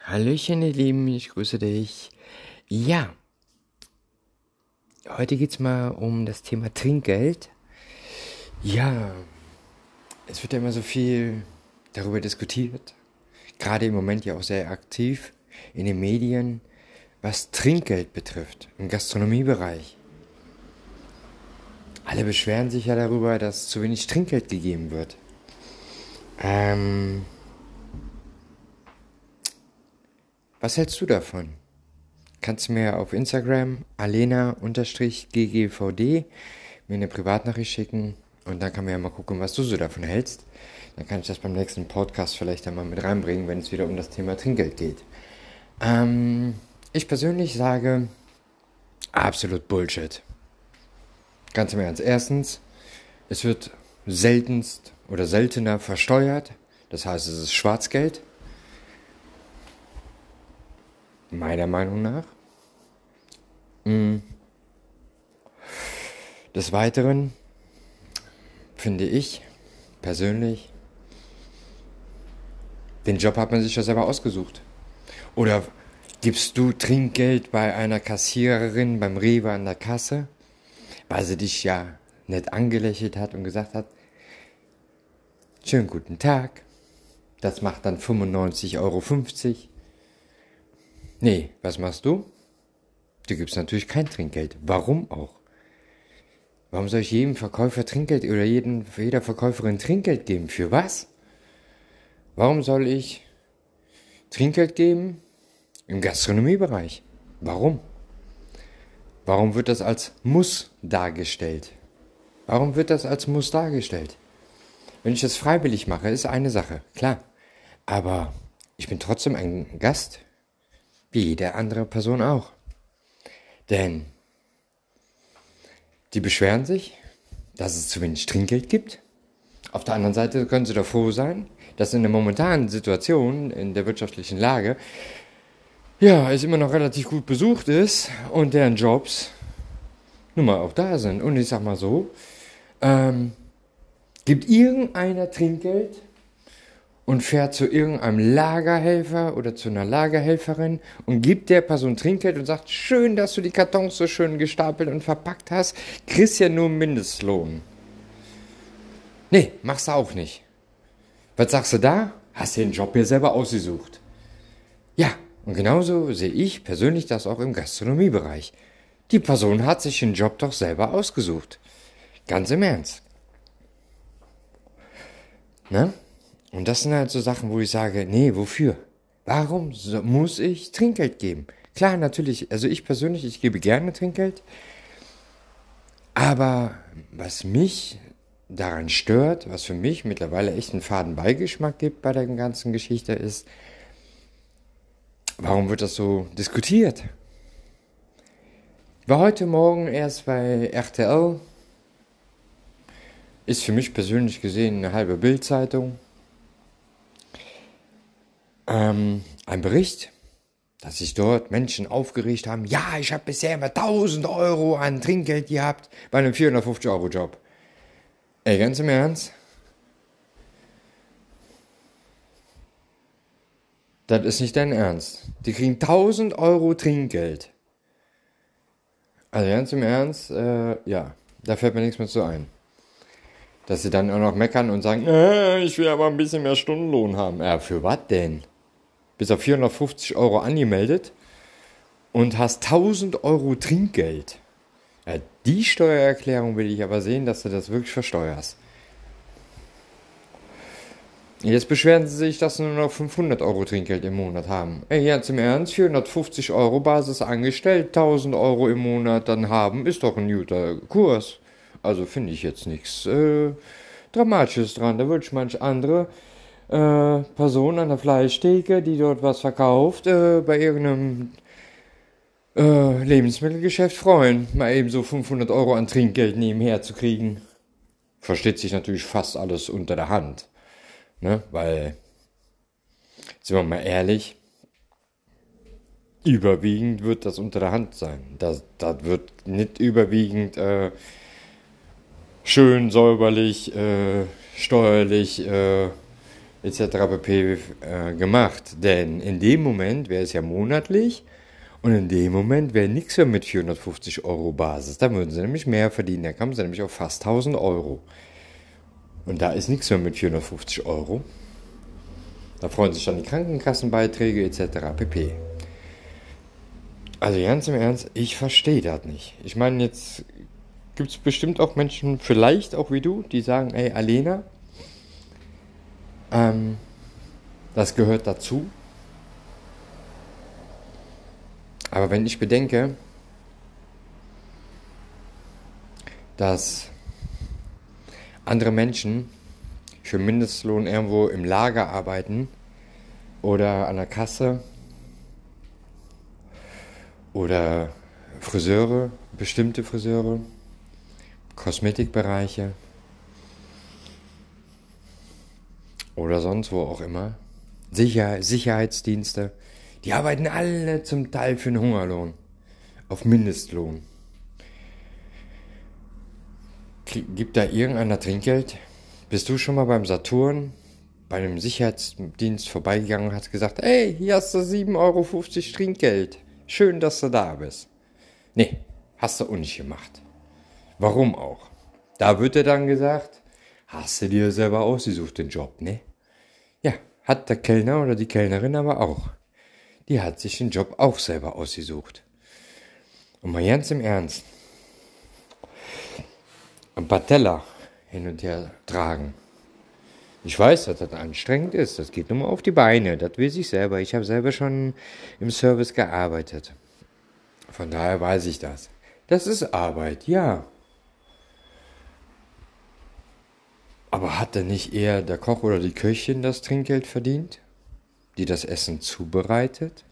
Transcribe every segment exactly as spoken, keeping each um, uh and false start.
Hallöchen, ihr Lieben, ich grüße dich. Ja, heute geht's mal um das Thema Trinkgeld. Ja, es wird ja immer so viel darüber diskutiert, gerade im Moment ja auch sehr aktiv in den Medien, was Trinkgeld betrifft, im Gastronomiebereich. Alle beschweren sich ja darüber, dass zu wenig Trinkgeld gegeben wird. Ähm, was hältst du davon? Kannst du mir auf Instagram alena-g g v d mir eine Privatnachricht schicken und dann kann man ja mal gucken, was du so davon hältst. Dann kann ich das beim nächsten Podcast vielleicht einmal mit reinbringen, wenn es wieder um das Thema Trinkgeld geht. Ähm, ich persönlich sage, absolut Bullshit. Ganz im Ernst. Erstens, es wird seltenst oder seltener versteuert. Das heißt, es ist Schwarzgeld. Meiner Meinung nach. Des Weiteren finde ich persönlich, den Job hat man sich ja selber ausgesucht. Oder gibst du Trinkgeld bei einer Kassiererin beim Rewe an der Kasse, weil sie dich ja nett angelächelt hat und gesagt hat, schönen guten Tag, das macht dann fünfundneunzig Euro fünfzig. Nee, was machst du? Du gibst natürlich kein Trinkgeld. Warum auch? Warum soll ich jedem Verkäufer Trinkgeld oder jeden, jeder Verkäuferin Trinkgeld geben? Für was? Warum soll ich Trinkgeld geben im Gastronomiebereich? Warum? Warum wird das als Muss dargestellt? Warum wird das als Muss dargestellt? Wenn ich das freiwillig mache, ist eine Sache, klar. Aber ich bin trotzdem ein Gast, wie jede andere Person auch. Denn die beschweren sich, dass es zu wenig Trinkgeld gibt. Auf der anderen Seite können sie doch froh sein, dass in der momentanen Situation, in der wirtschaftlichen Lage, ja, es immer noch relativ gut besucht ist und deren Jobs nun mal auch da sind. Und ich sag mal so, ähm, gibt irgendeiner Trinkgeld und fährt zu irgendeinem Lagerhelfer oder zu einer Lagerhelferin und gibt der Person Trinkgeld und sagt, schön, dass du die Kartons so schön gestapelt und verpackt hast, kriegst ja nur Mindestlohn. Nee, machst du auch nicht. Was sagst du da? Hast du den Job mir selber ausgesucht. Ja, und genauso sehe ich persönlich das auch im Gastronomiebereich. Die Person hat sich den Job doch selber ausgesucht. Ganz im Ernst. Ne? Und das sind halt so Sachen, wo ich sage, nee, wofür? Warum so, muss ich Trinkgeld geben? Klar, natürlich, also ich persönlich, ich gebe gerne Trinkgeld. Aber was mich daran stört, was für mich mittlerweile echt einen faden Beigeschmack gibt bei der ganzen Geschichte ist, warum wird das so diskutiert? Ich war heute Morgen erst bei R T L. Ist für mich persönlich gesehen eine halbe Bild-Zeitung. Ähm, ein Bericht, dass sich dort Menschen aufgeregt haben, ja, ich habe bisher immer tausend Euro an Trinkgeld gehabt bei einem vierhundertfünfzig Euro Job. Ey, ganz im Ernst? Das ist nicht dein Ernst. Die kriegen tausend Euro Trinkgeld. Also ganz im Ernst, äh, ja, da fällt mir nichts mehr zu ein. Dass sie dann auch noch meckern und sagen, äh, ich will aber ein bisschen mehr Stundenlohn haben. Ja, für was denn? Bist auf vierhundertfünfzig Euro angemeldet und hast tausend Euro Trinkgeld. Ja, die Steuererklärung will ich aber sehen, dass du das wirklich versteuerst. Jetzt beschweren sie sich, dass sie nur noch fünfhundert Euro Trinkgeld im Monat haben. Ey, ganz im Ernst, vierhundertfünfzig Euro Basis angestellt, tausend Euro im Monat dann haben, ist doch ein guter Kurs. Also finde ich jetzt nichts äh, Dramatisches dran. Da würde ich manch andere äh, Person an der Fleischtheke, die dort was verkauft, äh, bei irgendeinem äh, Lebensmittelgeschäft freuen, mal eben so fünfhundert Euro an Trinkgeld nebenher zu kriegen. Versteht sich natürlich fast alles unter der Hand. Ne? Weil, sind wir mal ehrlich, überwiegend wird das unter der Hand sein. Das, das wird nicht überwiegend äh, schön, säuberlich, äh, steuerlich äh, et cetera pp. Äh, gemacht. Denn in dem Moment wäre es ja monatlich und in dem Moment wäre nichts mehr mit vierhundertfünfzig Euro Basis. Da würden sie nämlich mehr verdienen. Da kommen sie nämlich auf fast tausend Euro. Und da ist nichts mehr mit vierhundertfünfzig Euro. Da freuen sich dann die Krankenkassenbeiträge et cetera pp. Also ganz im Ernst, ich verstehe das nicht. Ich meine, jetzt gibt es bestimmt auch Menschen, vielleicht auch wie du, die sagen, ey, Alena, ähm, das gehört dazu. Aber wenn ich bedenke, dass andere Menschen für Mindestlohn irgendwo im Lager arbeiten oder an der Kasse oder Friseure, bestimmte Friseure, Kosmetikbereiche oder sonst wo auch immer, Sicher- Sicherheitsdienste, die arbeiten alle zum Teil für einen Hungerlohn, auf Mindestlohn. Gibt da irgendeiner Trinkgeld? Bist du schon mal beim Saturn bei einem Sicherheitsdienst vorbeigegangen und hast gesagt, ey, hier hast du sieben Euro fünfzig Trinkgeld. Schön, dass du da bist. Nee, hast du auch nicht gemacht. Warum auch? Da wird dir dann gesagt, hast du dir selber ausgesucht den Job, ne? Ja, hat der Kellner oder die Kellnerin aber auch. Die hat sich den Job auch selber ausgesucht. Und mal ganz im Ernst, ein paar Teller hin und her tragen. Ich weiß, dass das anstrengend ist. Das geht nur mal auf die Beine. Das weiß ich selber. Ich habe selber schon im Service gearbeitet. Von daher weiß ich das. Das ist Arbeit, ja. Aber hat denn nicht eher der Koch oder die Köchin das Trinkgeld verdient, die das Essen zubereitet?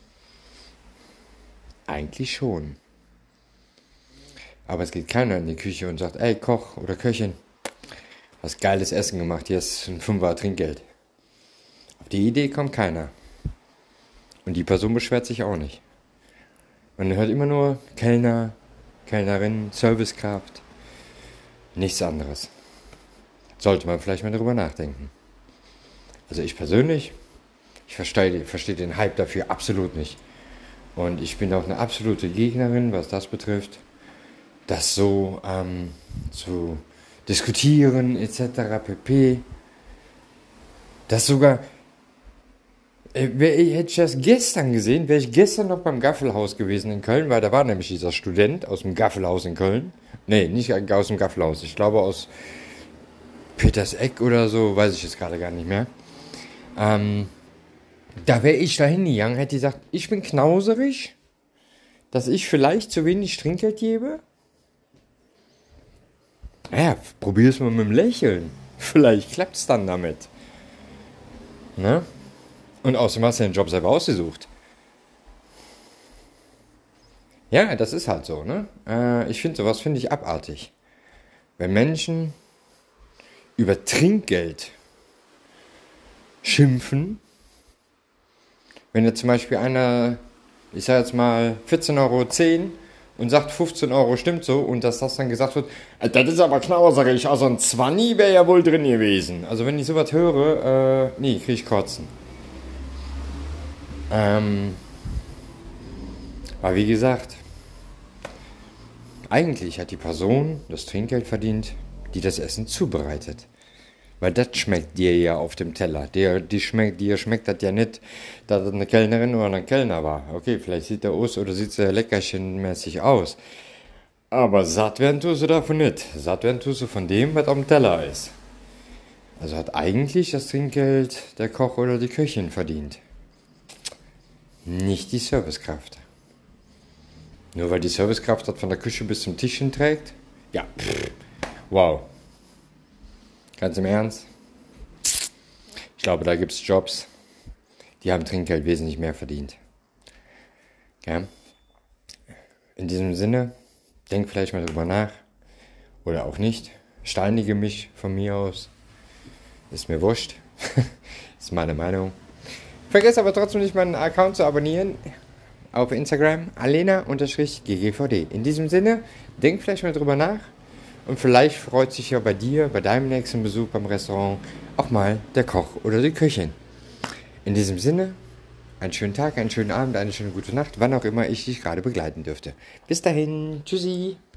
Eigentlich schon. Aber es geht keiner in die Küche und sagt, ey Koch oder Köchin, hast geiles Essen gemacht, hier ist ein Fünfer Trinkgeld. Auf die Idee kommt keiner. Und die Person beschwert sich auch nicht. Man hört immer nur Kellner, Kellnerin, Servicekraft, nichts anderes. Sollte man vielleicht mal darüber nachdenken. Also ich persönlich, ich verstehe, verstehe den Hype dafür absolut nicht. Und ich bin auch eine absolute Gegnerin, was das betrifft, das so ähm, zu diskutieren et cetera pp. Das sogar, äh, hätte ich das gestern gesehen, wäre ich gestern noch beim Gaffelhaus gewesen in Köln, weil da war nämlich dieser Student aus dem Gaffelhaus in Köln. Nee, nicht aus dem Gaffelhaus, ich glaube aus Peterseck oder so, weiß ich jetzt gerade gar nicht mehr. Ähm, da wäre ich dahin gegangen, hätte gesagt, ich bin knauserig, dass ich vielleicht zu wenig Trinkgeld gebe. Naja, probier's mal mit dem Lächeln. Vielleicht klappt's dann damit. Ne? Und außerdem hast du den Job selber ausgesucht. Ja, das ist halt so, ne? Äh, ich finde, sowas finde ich abartig. Wenn Menschen über Trinkgeld schimpfen, wenn jetzt zum Beispiel einer, ich sag jetzt mal vierzehn Euro zehn und sagt fünfzehn Euro stimmt so und dass das dann gesagt wird, das ist aber knauserig, also ein Zwanni wäre ja wohl drin gewesen. Also wenn ich sowas höre, äh, nee, krieg ich Kotzen. Ähm, aber wie gesagt, eigentlich hat die Person das Trinkgeld verdient, die das Essen zubereitet. Weil das schmeckt dir ja auf dem Teller. Dir, die schmeckt, dir schmeckt das ja nicht, dass das eine Kellnerin oder ein Kellner war. Okay, vielleicht sieht der aus oder sieht er leckerchenmäßig aus. Aber satt werden tust du davon nicht. Satt werden tust du von dem, was auf dem Teller ist. Also hat eigentlich das Trinkgeld der Koch oder die Köchin verdient. Nicht die Servicekraft. Nur weil die Servicekraft das von der Küche bis zum Tischchen trägt? Ja, pff, wow. Ganz im Ernst? Ich glaube, da gibt es Jobs, die haben Trinkgeld wesentlich mehr verdient. Ja? In diesem Sinne, denk vielleicht mal drüber nach. Oder auch nicht. Steinige mich von mir aus. Ist mir wurscht. Ist meine Meinung. Vergesst aber trotzdem nicht, meinen Account zu abonnieren. Auf Instagram, alena G G V D. In diesem Sinne, denk vielleicht mal drüber nach. Und vielleicht freut sich ja bei dir, bei deinem nächsten Besuch beim Restaurant, auch mal der Koch oder die Köchin. In diesem Sinne, einen schönen Tag, einen schönen Abend, eine schöne gute Nacht, wann auch immer ich dich gerade begleiten dürfte. Bis dahin, tschüssi.